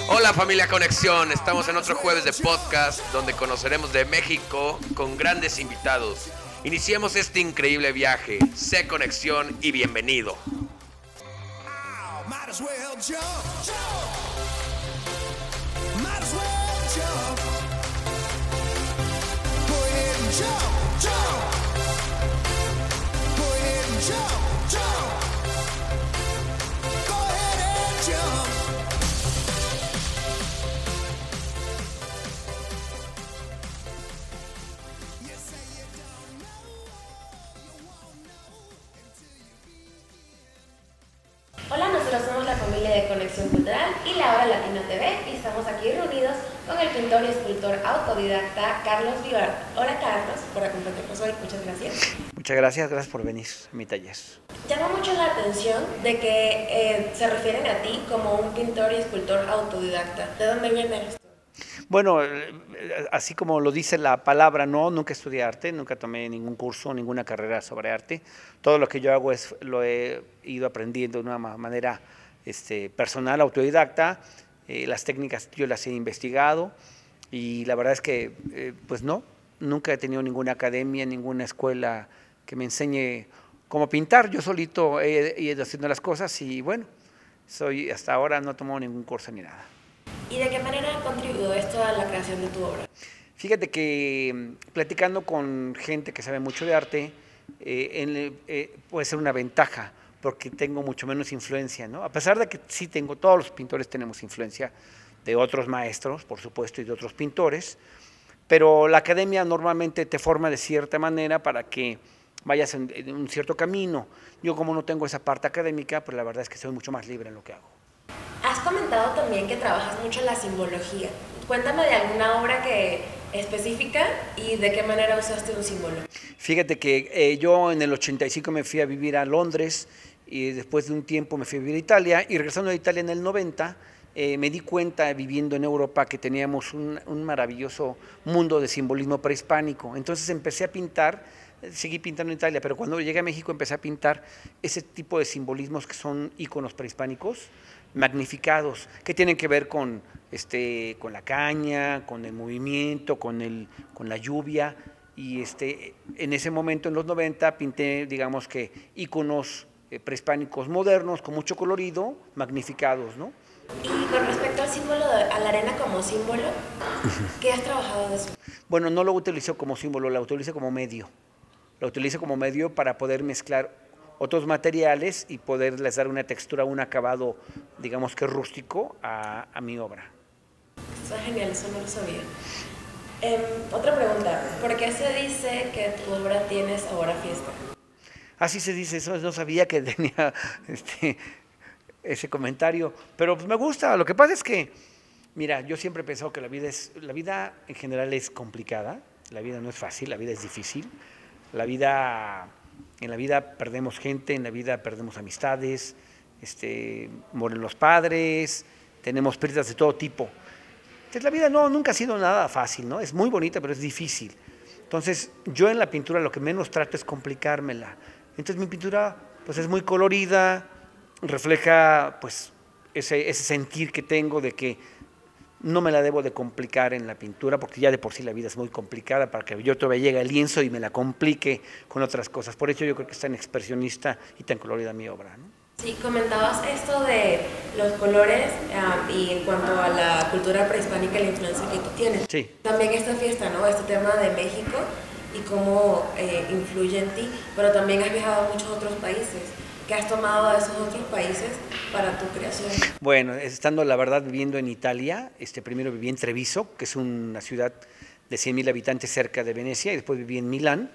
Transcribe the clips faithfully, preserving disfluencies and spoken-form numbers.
Hola familia Conexión, estamos en otro jueves de podcast donde conoceremos de México con grandes invitados. Iniciemos este increíble viaje. Sé Conexión y bienvenido. Hola, nosotros somos la familia de Conexión Cultural y La Hora Latina T V y estamos aquí reunidos con el pintor y escultor autodidacta Carlos Vivar. Hola Carlos, por acompañarnos hoy, muchas gracias. Muchas gracias, gracias por venir a mi taller. Llama mucho la atención de que eh, se refieren a ti como un pintor y escultor autodidacta. ¿De dónde viene esto? Bueno, así como lo dice la palabra, no, nunca estudié arte, nunca tomé ningún curso, ninguna carrera sobre arte. Todo lo que yo hago es lo he ido aprendiendo de una manera este, personal, autodidacta. Eh, las técnicas yo las he investigado y la verdad es que, eh, pues no, nunca he tenido ninguna academia, ninguna escuela que me enseñe cómo pintar. Yo solito he, he ido haciendo las cosas y bueno, soy, hasta ahora no he tomado ningún curso ni nada. ¿Y de qué manera ha contribuido esto a la creación de tu obra? Fíjate que platicando con gente que sabe mucho de arte, eh, en, eh, puede ser una ventaja, porque tengo mucho menos influencia, ¿no? A pesar de que sí tengo, todos los pintores tenemos influencia de otros maestros, por supuesto, y de otros pintores, pero la academia normalmente te forma de cierta manera para que vayas en, en un cierto camino. Yo como no tengo esa parte académica, pues la verdad es que soy mucho más libre en lo que hago. Has comentado también que trabajas mucho la simbología. Cuéntame de alguna obra que específica y de qué manera usaste un símbolo. Fíjate que eh, yo en el ochenta y cinco me fui a vivir a Londres y después de un tiempo me fui a vivir a Italia y regresando a Italia en el noventa eh, me di cuenta viviendo en Europa que teníamos un, un maravilloso mundo de simbolismo prehispánico. Entonces empecé a pintar, seguí pintando en Italia, pero cuando llegué a México empecé a pintar ese tipo de simbolismos que son íconos prehispánicos, magnificados, que tienen que ver con, este, con la caña, con el movimiento, con, el, con la lluvia. Y este, en ese momento, en los noventa, pinté, digamos que, íconos eh, prehispánicos modernos, con mucho colorido, magnificados, ¿no? Y con respecto al símbolo, de, a la arena como símbolo, ¿qué has trabajado de eso? Bueno, no lo utilizo como símbolo, la utilizo como medio. Lo utilizo como medio para poder mezclar otros materiales y poderles dar una textura, un acabado, digamos que rústico a, a mi obra. Está genial, eso no lo sabía. Eh, otra pregunta, ¿por qué se dice que tu obra tiene sabor a fiesta? Así se dice, eso no sabía que tenía este, ese comentario, pero pues me gusta. Lo que pasa es que, mira, yo siempre he pensado que la vida, es, la vida en general es complicada, la vida no es fácil, la vida es difícil, la vida... En la vida perdemos gente, en la vida perdemos amistades, este, mueren los padres, tenemos pérdidas de todo tipo. Entonces la vida no, nunca ha sido nada fácil, ¿no? Es muy bonita, pero es difícil. Entonces yo en la pintura lo que menos trato es complicármela. Entonces mi pintura pues, es muy colorida, refleja pues, ese, ese sentir que tengo de que no me la debo de complicar en la pintura, porque ya de por sí la vida es muy complicada para que yo todavía llegue al lienzo y me la complique con otras cosas. Por eso yo creo que es tan expresionista y tan colorida mi obra, ¿no? Sí, comentabas esto de los colores um, y en cuanto a la cultura prehispánica y la influencia que tú tienes. Sí. También esta fiesta, ¿no? Este tema de México y cómo eh, influye en ti, pero también has viajado a muchos otros países. ¿Qué has tomado de esos otros países para tu creación? Bueno, estando la verdad viviendo en Italia, este, primero viví en Treviso, que es una ciudad de cien mil habitantes cerca de Venecia, y después viví en Milán,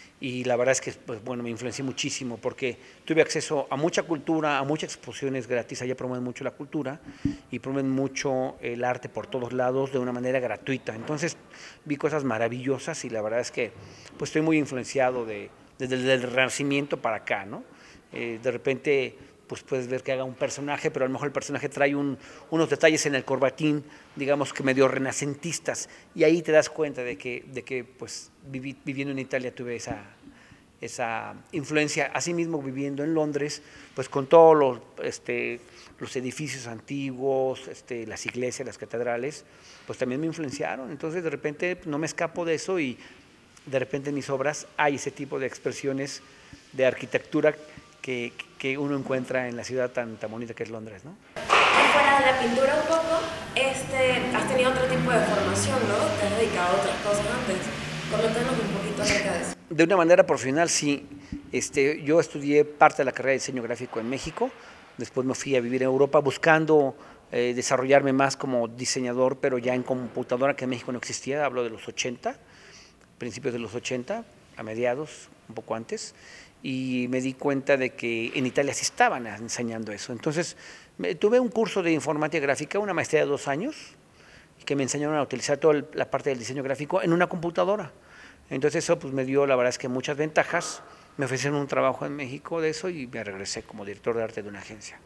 y la verdad es que pues, bueno, me influencié muchísimo porque tuve acceso a mucha cultura, a muchas exposiciones gratis, allá promueven mucho la cultura y promueven mucho el arte por todos lados de una manera gratuita. Entonces vi cosas maravillosas y la verdad es que pues, estoy muy influenciado de, desde el Renacimiento para acá, ¿no? Eh, de repente pues puedes ver que haga un personaje, pero a lo mejor el personaje trae un, unos detalles en el corbatín, digamos que medio renacentistas, y ahí te das cuenta de que, de que pues vivi, viviendo en Italia tuve esa, esa influencia, asimismo viviendo en Londres, pues con todos los, este, los edificios antiguos, este, las iglesias, las catedrales, pues también me influenciaron. Entonces de repente no me escapo de eso y de repente en mis obras hay ese tipo de expresiones de arquitectura que, que uno encuentra en la ciudad tan, tan bonita que es Londres, ¿no? Fuera de la pintura un poco, este, has tenido otro tipo de formación, ¿no? Te has dedicado a otras cosas antes. Coméntanos un poquito acerca de eso. De una manera profesional, sí. Este, yo estudié parte de la carrera de diseño gráfico en México, después me fui a vivir en Europa buscando eh, desarrollarme más como diseñador, pero ya en computadora, que en México no existía, hablo de los ochenta, principios de los ochenta, a mediados, un poco antes, y me di cuenta de que en Italia sí estaban enseñando eso. Entonces, me, tuve un curso de informática gráfica, una maestría de dos años, que me enseñaron a utilizar toda la parte del diseño gráfico en una computadora. Entonces eso pues, me dio, la verdad es que muchas ventajas. Me ofrecieron un trabajo en México de eso y me regresé como director de arte de una agencia.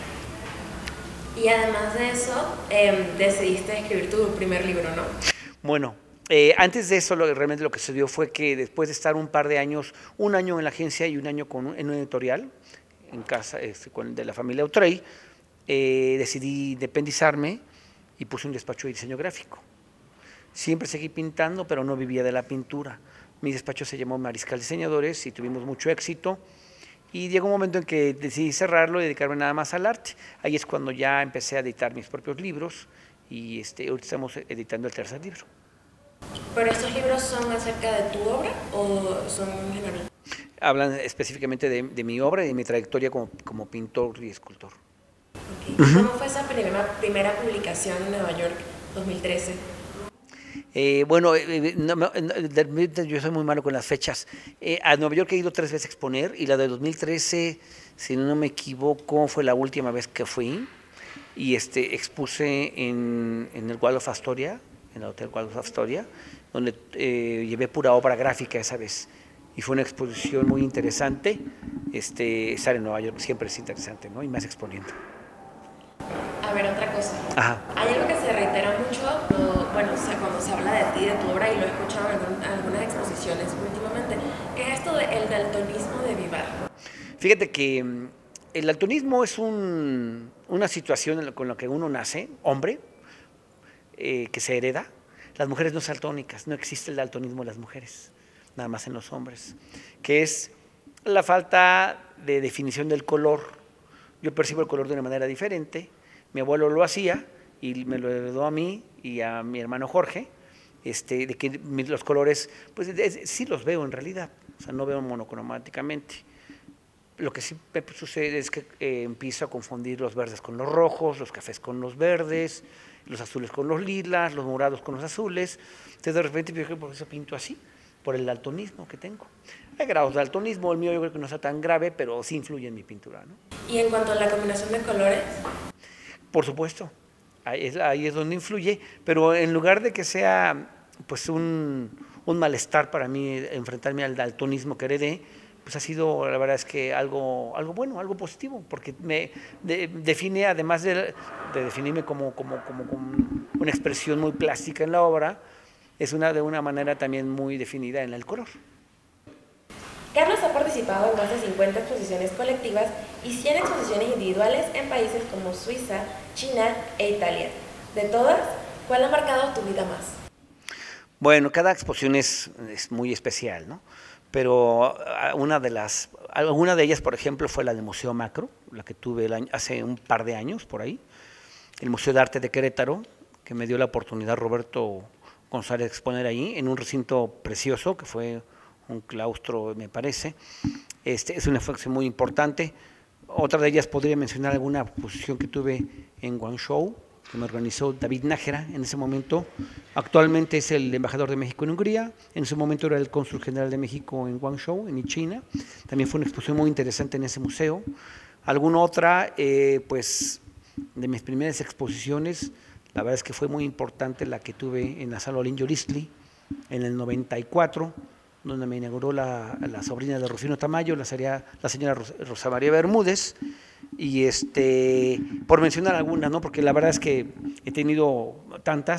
Y además de eso, eh, decidiste escribir tu primer libro, ¿no? Bueno, eh, antes de eso lo, realmente lo que sucedió fue que después de estar un par de años, un año en la agencia y un año con, en un editorial, en casa este, con, de la familia Outrey, eh, decidí independizarme y puse un despacho de diseño gráfico. Siempre seguí pintando, pero no vivía de la pintura. Mi despacho se llamó Mariscal Diseñadores y tuvimos mucho éxito. Y llegó un momento en que decidí cerrarlo y dedicarme nada más al arte. Ahí es cuando ya empecé a editar mis propios libros y este, ahorita estamos editando el tercer libro. ¿Pero estos libros son acerca de tu obra o son en general? Hablan específicamente de, de mi obra y de mi trayectoria como, como pintor y escultor. Okay. Uh-huh. ¿Cómo fue esa primera, primera publicación en Nueva York, dos mil trece? Eh, bueno, eh, no, no, yo soy muy malo con las fechas. Eh, a Nueva York he ido tres veces a exponer y la de dos mil trece, si no me equivoco, fue la última vez que fui y este, expuse en, en el Waldorf Astoria, en el Hotel Waldorf Astoria, donde eh, llevé pura obra gráfica esa vez. Y fue una exposición muy interesante. Este, estar en Nueva York siempre es interesante, ¿no? Y más exponiendo. A ver, otra cosa. Ajá. Hay algo que se reitera mucho, no, bueno, o sea, cuando se habla de ti, de tu obra, y lo he escuchado en, algún, en algunas exposiciones últimamente, que es esto del daltonismo de Vivar. Fíjate que el daltonismo es un, una situación con la que uno nace, hombre, eh, que se hereda. Las mujeres no son daltónicas, no existe el daltonismo en las mujeres, nada más en los hombres, que es la falta de definición del color. Yo percibo el color de una manera diferente. Mi abuelo lo hacía y me lo heredó a mí y a mi hermano Jorge, este, de que los colores, pues es, sí los veo en realidad, o sea, no veo monocromáticamente. Lo que sí me sucede es que eh, empiezo a confundir los verdes con los rojos, los cafés con los verdes, los azules con los lilas, los morados con los azules. Entonces de repente yo creo, ¿por eso pinto así? Por el daltonismo que tengo. Hay grados de daltonismo, el mío yo creo que no está tan grave, pero sí influye en mi pintura, ¿no? ¿Y en cuanto a la combinación de colores? Por supuesto, ahí es, ahí es donde influye, pero en lugar de que sea pues un, un malestar para mí enfrentarme al daltonismo que heredé, pues ha sido, la verdad es que algo, algo bueno, algo positivo, porque me de, define, además de, de definirme como, como, como, como una expresión muy plástica en la obra, es una, de una manera también muy definida en el color. Carlos ha participado en más de cincuenta exposiciones colectivas y cien exposiciones individuales en países como Suiza, China e Italia. De todas, ¿cuál ha marcado tu vida más? Bueno, cada exposición es, es muy especial, ¿no? Pero una de las, alguna de ellas, por ejemplo, fue la del Museo Macro, la que tuve el año, hace un par de años por ahí, el Museo de Arte de Querétaro, que me dio la oportunidad Roberto González de exponer ahí, en un recinto precioso, que fue un claustro, me parece. Este, es una exposición muy importante. Otra de ellas podría mencionar alguna exposición que tuve en Guangzhou, que me organizó David Nájera en ese momento. Actualmente es el embajador de México en Hungría, en ese momento era el cónsul general de México en Guangzhou, en China. También fue una exposición muy interesante en ese museo. Alguna otra, eh, pues, de mis primeras exposiciones, la verdad es que fue muy importante la que tuve en la sala Olinjo Listli en el noventa y cuatro, donde me inauguró la, la sobrina de Rufino Tamayo, la, sería, la señora Rosa María Bermúdez, y este, por mencionar algunas, ¿no? Porque la verdad es que he tenido tantas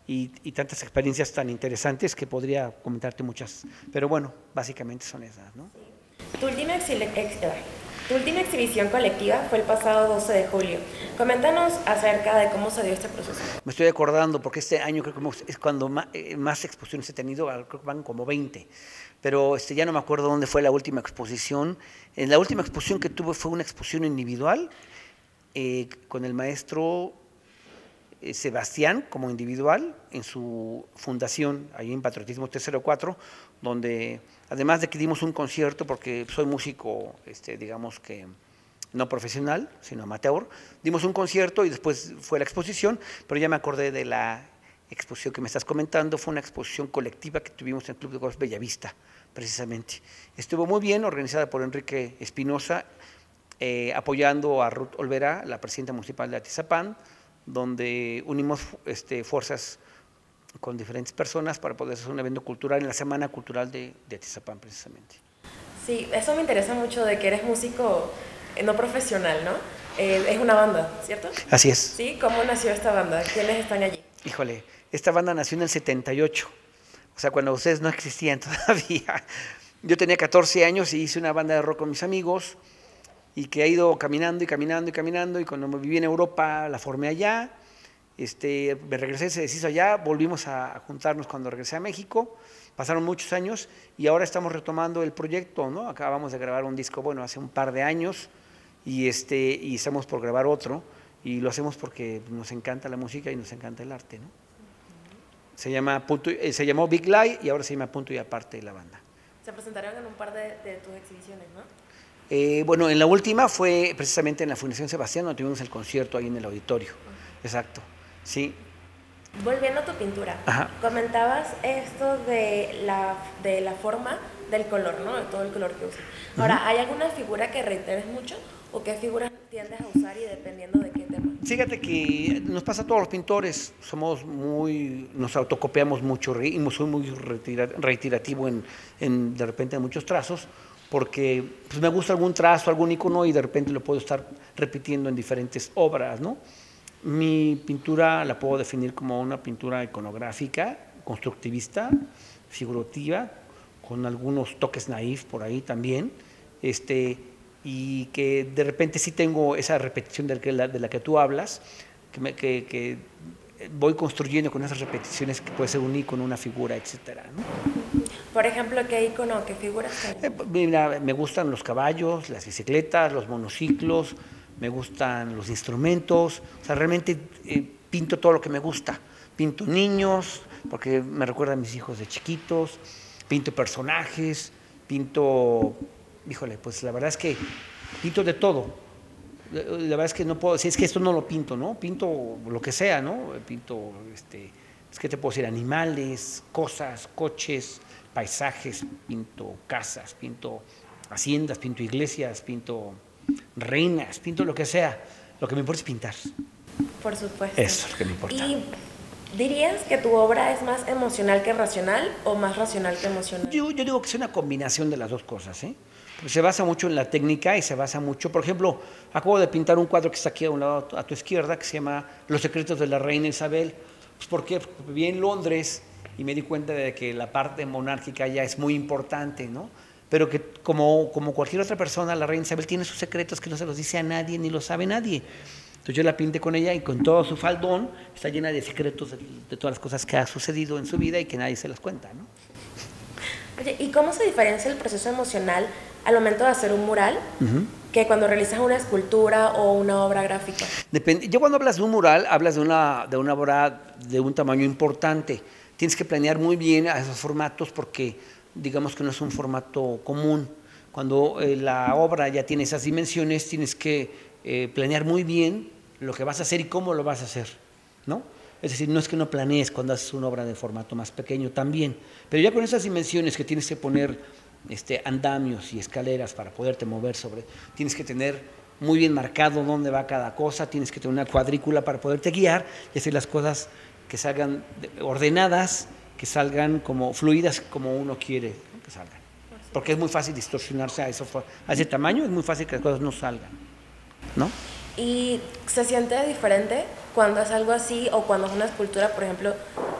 y, y tantas experiencias tan interesantes que podría comentarte muchas. Pero bueno, básicamente son esas, ¿no? Tu última, ex, ex, tu última exhibición colectiva fue el pasado doce de julio. Coméntanos acerca de cómo se dio este proceso. Me estoy acordando porque este año creo que es cuando más, más exposiciones he tenido, creo que van como veinte, pero este, ya no me acuerdo dónde fue la última exposición. En la última exposición que tuve fue una exposición individual eh, con el maestro eh, Sebastián como individual en su fundación, ahí en Patriotismo tres cero cuatro, donde además de que dimos un concierto, porque soy músico, este, digamos que no profesional, sino amateur, dimos un concierto y después fue la exposición, pero ya me acordé de la exposición que me estás comentando, fue una exposición colectiva que tuvimos en el Club de Golf Bellavista, precisamente. Estuvo muy bien, organizada por Enrique Espinosa, eh, apoyando a Ruth Olvera, la presidenta municipal de Atizapán, donde unimos este, fuerzas con diferentes personas para poder hacer un evento cultural en la Semana Cultural de, de Atizapán, precisamente. Sí, eso me interesa mucho de que eres músico no profesional, ¿no? Eh, es una banda, ¿cierto? Así es. Sí, ¿cómo nació esta banda? ¿Quiénes están allí? Híjole, esta banda nació en el setenta y ocho, o sea, cuando ustedes no existían todavía. Yo tenía catorce años y hice una banda de rock con mis amigos y que ha ido caminando y caminando y caminando, y cuando viví en Europa la formé allá. Este, me regresé, se deshizo allá, volvimos a, a juntarnos cuando regresé a México, pasaron muchos años y ahora estamos retomando el proyecto, ¿no? Acabamos de grabar un disco, bueno, hace un par de años y, este, y estamos por grabar otro y lo hacemos porque nos encanta la música y nos encanta el arte, ¿no? Se, llama punto, eh, se llamó Big Lie y ahora se llama Punto y Aparte la banda. Se presentaron en un par de, de tus exhibiciones, ¿no? Eh, bueno, en la última fue precisamente en la Fundación Sebastián, donde tuvimos el concierto ahí en el auditorio. Uh-huh. Exacto. Sí. Volviendo a tu pintura, Ajá. Comentabas esto de la, de la forma del color, ¿no? De todo el color que usas. Ahora, uh-huh. ¿hay alguna figura que reiteres mucho o qué figuras tiendes a usar y dependiendo de qué tema? Fíjate que nos pasa a todos los pintores, somos muy, nos autocopiamos mucho y soy muy reiterativo en, en, de repente en muchos trazos, porque pues, me gusta algún trazo, algún icono y de repente lo puedo estar repitiendo en diferentes obras, ¿no? Mi pintura la puedo definir como una pintura iconográfica, constructivista, figurativa, con algunos toques naif por ahí también, este, y que de repente sí tengo esa repetición de la, de la que tú hablas, que, me, que, que voy construyendo con esas repeticiones que puede ser un icono, una figura, etcétera, ¿no? Por ejemplo, ¿qué icono, qué figuras? Eh, mira, me gustan los caballos, las bicicletas, los monociclos, me gustan los instrumentos, o sea, realmente eh, pinto todo lo que me gusta. Pinto niños, porque me recuerda a mis hijos de chiquitos, pinto personajes, pinto, híjole, pues la verdad es que pinto de todo. La, la verdad es que no puedo, si es que esto no lo pinto, ¿no? Pinto lo que sea, ¿no? Pinto, este, es que te puedo decir, animales, cosas, coches, paisajes, pinto casas, pinto haciendas, pinto iglesias, pinto reinas, pinto lo que sea. Lo que me importa es pintar. Por supuesto. Eso es lo que me importa. ¿Y dirías que tu obra es más emocional que racional o más racional que emocional? Yo, yo digo que es una combinación de las dos cosas, ¿eh? Porque se basa mucho en la técnica y se basa mucho, por ejemplo, acabo de pintar un cuadro que está aquí a un lado a tu izquierda, que se llama Los secretos de la reina Isabel. Pues ¿por qué? Porque viví en Londres y me di cuenta de que la parte monárquica ya es muy importante, ¿no? Pero que como, como cualquier otra persona, la reina Isabel tiene sus secretos que no se los dice a nadie ni lo sabe nadie. Entonces yo la pinté con ella y con todo su faldón está llena de secretos de, de todas las cosas que ha sucedido en su vida y que nadie se las cuenta, ¿no? Oye, ¿y cómo se diferencia el proceso emocional al momento de hacer un mural uh-huh. que cuando realizas una escultura o una obra gráfica? Depende. Yo cuando hablas de un mural, hablas de una, de una obra de un tamaño importante. Tienes que planear muy bien a esos formatos porque digamos que no es un formato común. Cuando eh, la obra ya tiene esas dimensiones, tienes que eh, planear muy bien lo que vas a hacer y cómo lo vas a hacer, ¿no? Es decir, no es que no planees cuando haces una obra de formato más pequeño también, pero ya con esas dimensiones que tienes que poner este, andamios y escaleras para poderte mover sobre, tienes que tener muy bien marcado dónde va cada cosa, tienes que tener una cuadrícula para poderte guiar y hacer las cosas que salgan ordenadas, que salgan como fluidas como uno quiere, ¿no? Que salgan. Porque es muy fácil distorsionarse a, eso, a ese tamaño, es muy fácil que las cosas no salgan, ¿no? ¿Y se siente diferente cuando es algo así o cuando es una escultura, por ejemplo,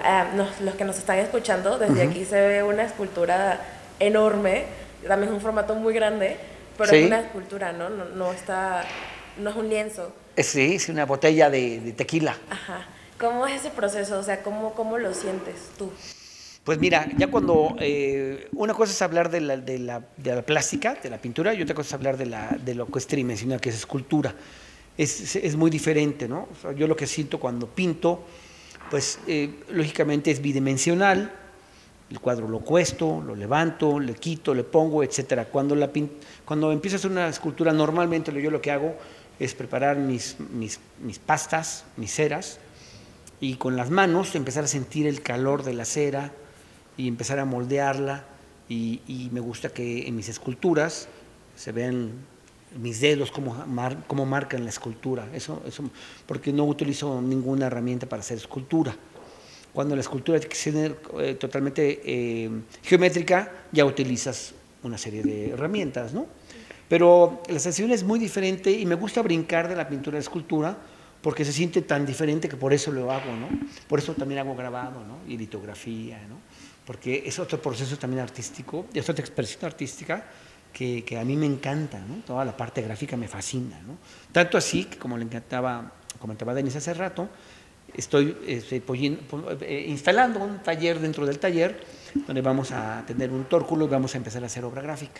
uh, nos, los que nos están escuchando, desde uh-huh. aquí se ve una escultura enorme, también es un formato muy grande, pero sí. es una escultura, ¿no? No, no está, no es un lienzo. Sí, es una botella de, de tequila. Ajá. ¿Cómo es ese proceso? O sea, ¿cómo, cómo lo sientes tú? Pues mira, ya cuando, eh, una cosa es hablar de la, de, la, de la plástica, de la pintura, y otra cosa es hablar de, la, de lo que es tridimensional, que es escultura. Es, es muy diferente, ¿no? O sea, yo lo que siento cuando pinto, pues eh, lógicamente es bidimensional, el cuadro lo cuesto, lo levanto, le quito, le pongo, etcétera. Cuando, la pin, cuando empiezo a hacer una escultura, normalmente yo lo que hago es preparar mis, mis, mis pastas, mis ceras, y con las manos empezar a sentir el calor de la cera, y empezar a moldearla, y, y me gusta que en mis esculturas se vean mis dedos como, mar, como marcan la escultura, eso, eso, porque no utilizo ninguna herramienta para hacer escultura. Cuando la escultura tiene que ser eh, totalmente eh, geométrica, ya utilizas una serie de herramientas, ¿no? Pero la sensación es muy diferente y me gusta brincar de la pintura a la escultura, porque se siente tan diferente que por eso lo hago, ¿no? Por eso también hago grabado, ¿no? Y litografía, ¿no? Porque es otro proceso también artístico, es otra expresión artística que, que a mí me encanta, ¿no? Toda la parte gráfica me fascina, ¿no? Tanto así que, como le encantaba, comentaba Denise hace rato, estoy, estoy eh, instalando un taller dentro del taller donde vamos a tener un tórculo y vamos a empezar a hacer obra gráfica.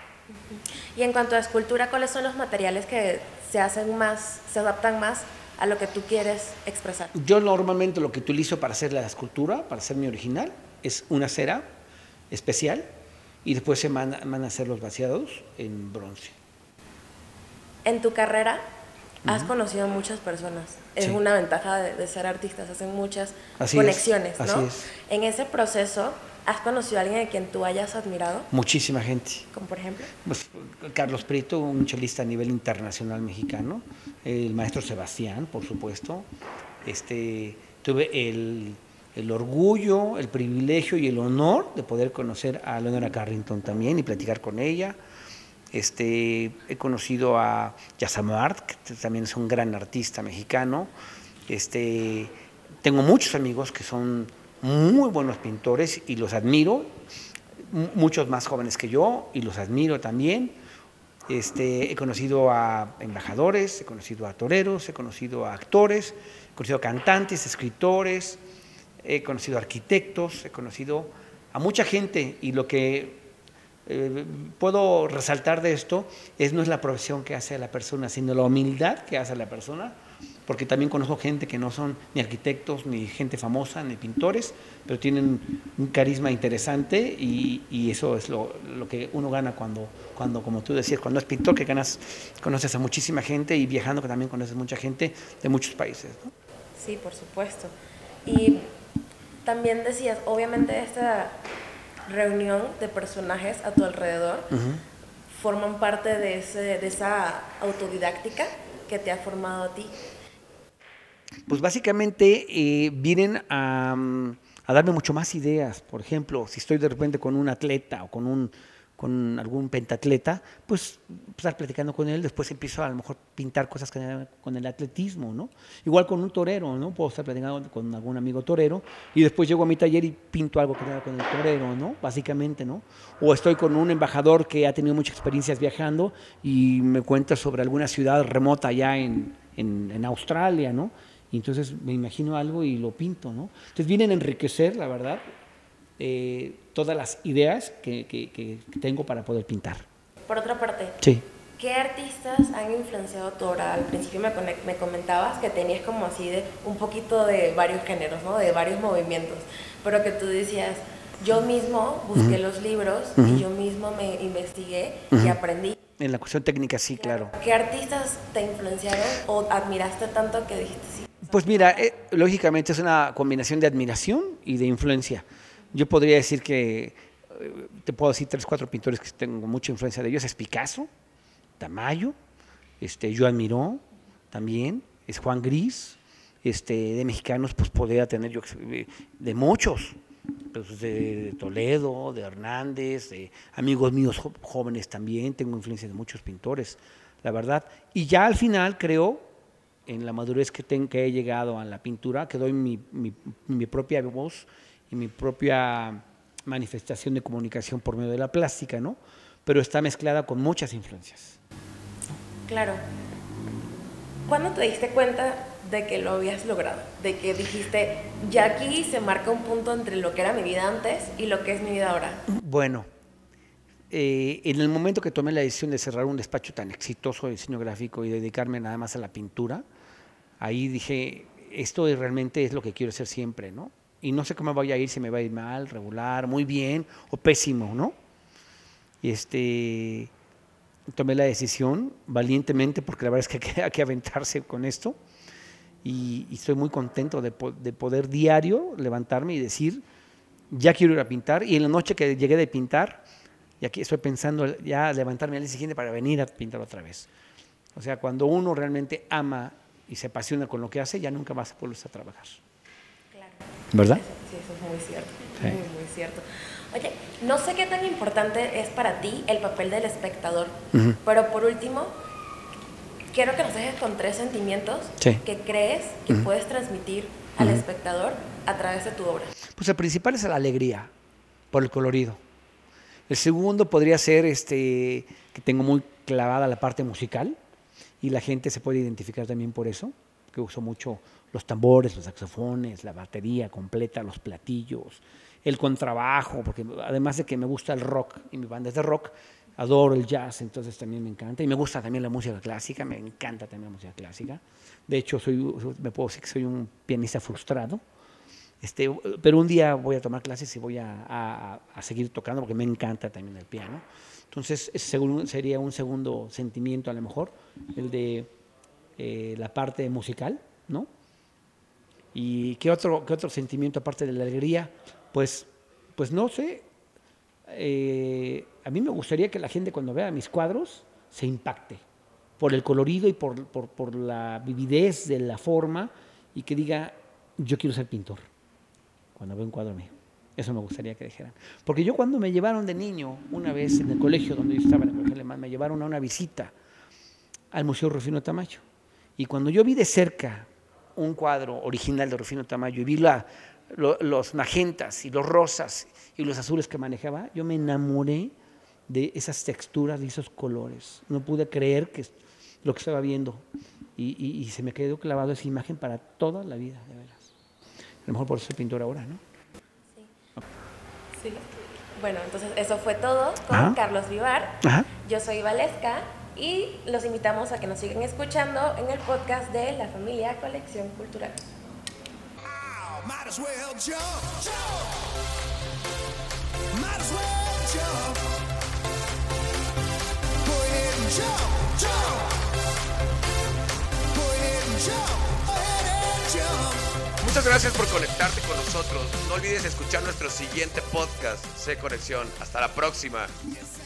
Y en cuanto a escultura, ¿cuáles son los materiales que se hacen más, se adaptan más a lo que tú quieres expresar? Yo normalmente lo que utilizo para hacer la escultura, para hacer mi original, es una cera especial y después se van, van a hacer los vaciados en bronce. En tu carrera has uh-huh. conocido a muchas personas. Es sí. una ventaja de, de ser artistas, hacen muchas Así conexiones, es. ¿no? Así es. En ese proceso, ¿has conocido a alguien a quien tú hayas admirado? Muchísima gente. ¿Como por ejemplo? Pues, Carlos Prieto, un chelista a nivel internacional mexicano, el maestro Sebastián, por supuesto. Este, tuve el, el orgullo, el privilegio y el honor de poder conocer a Leonora Carrington también y platicar con ella. Este, he conocido a Yazamart, que también es un gran artista mexicano. Este, tengo muchos amigos que son muy buenos pintores y los admiro, muchos más jóvenes que yo y los admiro también. Este, he conocido a embajadores, he conocido a toreros, he conocido a actores, he conocido a cantantes, escritores, he conocido a arquitectos, he conocido a mucha gente, y lo que eh, puedo resaltar de esto es no es la profesión que hace a la persona, sino la humildad que hace a la persona, porque también conozco gente que no son ni arquitectos, ni gente famosa, ni pintores, pero tienen un carisma interesante, y, y eso es lo, lo que uno gana cuando, cuando, como tú decías, cuando es pintor, que ganas, conoces a muchísima gente, y viajando que también conoces mucha gente de muchos países, ¿no? Sí, por supuesto. Y también decías, obviamente esta reunión de personajes a tu alrededor uh-huh. forman parte de, ese, de esa autodidáctica que te ha formado a ti. Pues básicamente eh, vienen a, a darme mucho más ideas. Por ejemplo, si estoy de repente con un atleta o con un con algún pentatleta, pues estar platicando con él, después empiezo a lo mejor pintar cosas con, con el atletismo, ¿no? Igual con un torero, ¿no? Puedo estar platicando con algún amigo torero y después llego a mi taller y pinto algo que tenga con el torero, ¿no? Básicamente, ¿no? O estoy con un embajador que ha tenido muchas experiencias viajando y me cuenta sobre alguna ciudad remota allá en, en, en Australia, ¿no? Y entonces me imagino algo y lo pinto, ¿no? Entonces vienen a enriquecer, la verdad, eh, todas las ideas que, que, que tengo para poder pintar. Por otra parte, sí. ¿qué artistas han influenciado tu obra? Al principio me, me comentabas que tenías como así de un poquito de varios géneros, ¿no? De varios movimientos, pero que tú decías, yo mismo busqué uh-huh. los libros uh-huh. y yo mismo me investigué uh-huh. y aprendí. En la cuestión técnica, sí, claro. ¿Qué artistas te influenciaron o admiraste tanto que dijiste sí? Pues mira, eh, lógicamente es una combinación de admiración y de influencia. Yo podría decir que, eh, te puedo decir tres, cuatro pintores que tengo mucha influencia de ellos. Es Picasso, Tamayo, este, Joan Miró también, es Juan Gris. Este, de mexicanos, pues podría tener yo de muchos, pues de Toledo, de Hernández, de amigos míos jóvenes también. Tengo influencia de muchos pintores, la verdad. Y ya al final creo en la madurez que, ten, que he llegado a la pintura, que doy mi, mi, mi propia voz y mi propia manifestación de comunicación por medio de la plástica, ¿no? Pero está mezclada con muchas influencias. Claro. ¿Cuándo te diste cuenta de que lo habías logrado? De que dijiste, ya aquí se marca un punto entre lo que era mi vida antes y lo que es mi vida ahora. Bueno, eh, en el momento que tomé la decisión de cerrar un despacho tan exitoso de diseño gráfico y dedicarme nada más a la pintura, ahí dije, esto realmente es lo que quiero hacer siempre, ¿no? Y no sé cómo me voy a ir, si me va a ir mal, regular, muy bien o pésimo, ¿no? Y este, tomé la decisión valientemente, porque la verdad es que hay que aventarse con esto. Y, y estoy muy contento de, de poder diario levantarme y decir, ya quiero ir a pintar. Y en la noche que llegué de pintar, y aquí estoy pensando ya levantarme al día siguiente para venir a pintar otra vez. O sea, cuando uno realmente ama y se apasiona con lo que hace, ya nunca vas a volver a trabajar. Claro. ¿Verdad? Eso, sí, eso es muy cierto. Sí. Muy, muy cierto. Oye, no sé qué tan importante es para ti el papel del espectador, uh-huh. pero por último, quiero que nos dejes con tres sentimientos sí. que crees que uh-huh. puedes transmitir al uh-huh. espectador a través de tu obra. Pues el principal es la alegría, por el colorido. El segundo podría ser este, que tengo muy clavada la parte musical y la gente se puede identificar también por eso, que uso mucho los tambores, los saxofones, la batería completa, los platillos, el contrabajo, porque además de que me gusta el rock y mi banda es de rock, adoro el jazz, entonces también me encanta. Y me gusta también la música clásica, me encanta también la música clásica. De hecho, soy, me puedo decir que soy un pianista frustrado. Este, pero un día voy a tomar clases y voy a, a, a seguir tocando porque me encanta también el piano. Entonces, ese sería un segundo sentimiento a lo mejor, el de eh, la parte musical, ¿no? ¿Y qué otro, qué otro sentimiento aparte de la alegría? Pues, pues no sé. Eh, a mí me gustaría que la gente cuando vea mis cuadros se impacte por el colorido y por, por, por la vividez de la forma y que diga, yo quiero ser pintor cuando veo un cuadro mío. Eso me gustaría que dijeran. Porque yo cuando me llevaron de niño, una vez en el colegio donde yo estaba, en el colegio alemán, me llevaron a una visita al Museo Rufino Tamayo. Y cuando yo vi de cerca un cuadro original de Rufino Tamayo y vi la, lo, los magentas y los rosas y los azules que manejaba, yo me enamoré de esas texturas, de esos colores. No pude creer que lo que estaba viendo. Y, y, y se me quedó clavado esa imagen para toda la vida, de veras. A lo mejor por eso soy pintor ahora, ¿no? Sí. Sí. Bueno, entonces eso fue todo con Ajá. Carlos Vivar. Ajá. Yo soy Valesca y los invitamos a que nos sigan escuchando en el podcast de La Familia Colección Cultural. Oh, might as well jump, jump. Might as well jump. Go ahead and jump, jump. Go ahead and jump. Go ahead and jump. Muchas gracias por conectarte con nosotros. No olvides escuchar nuestro siguiente podcast, C Conexión. Hasta la próxima.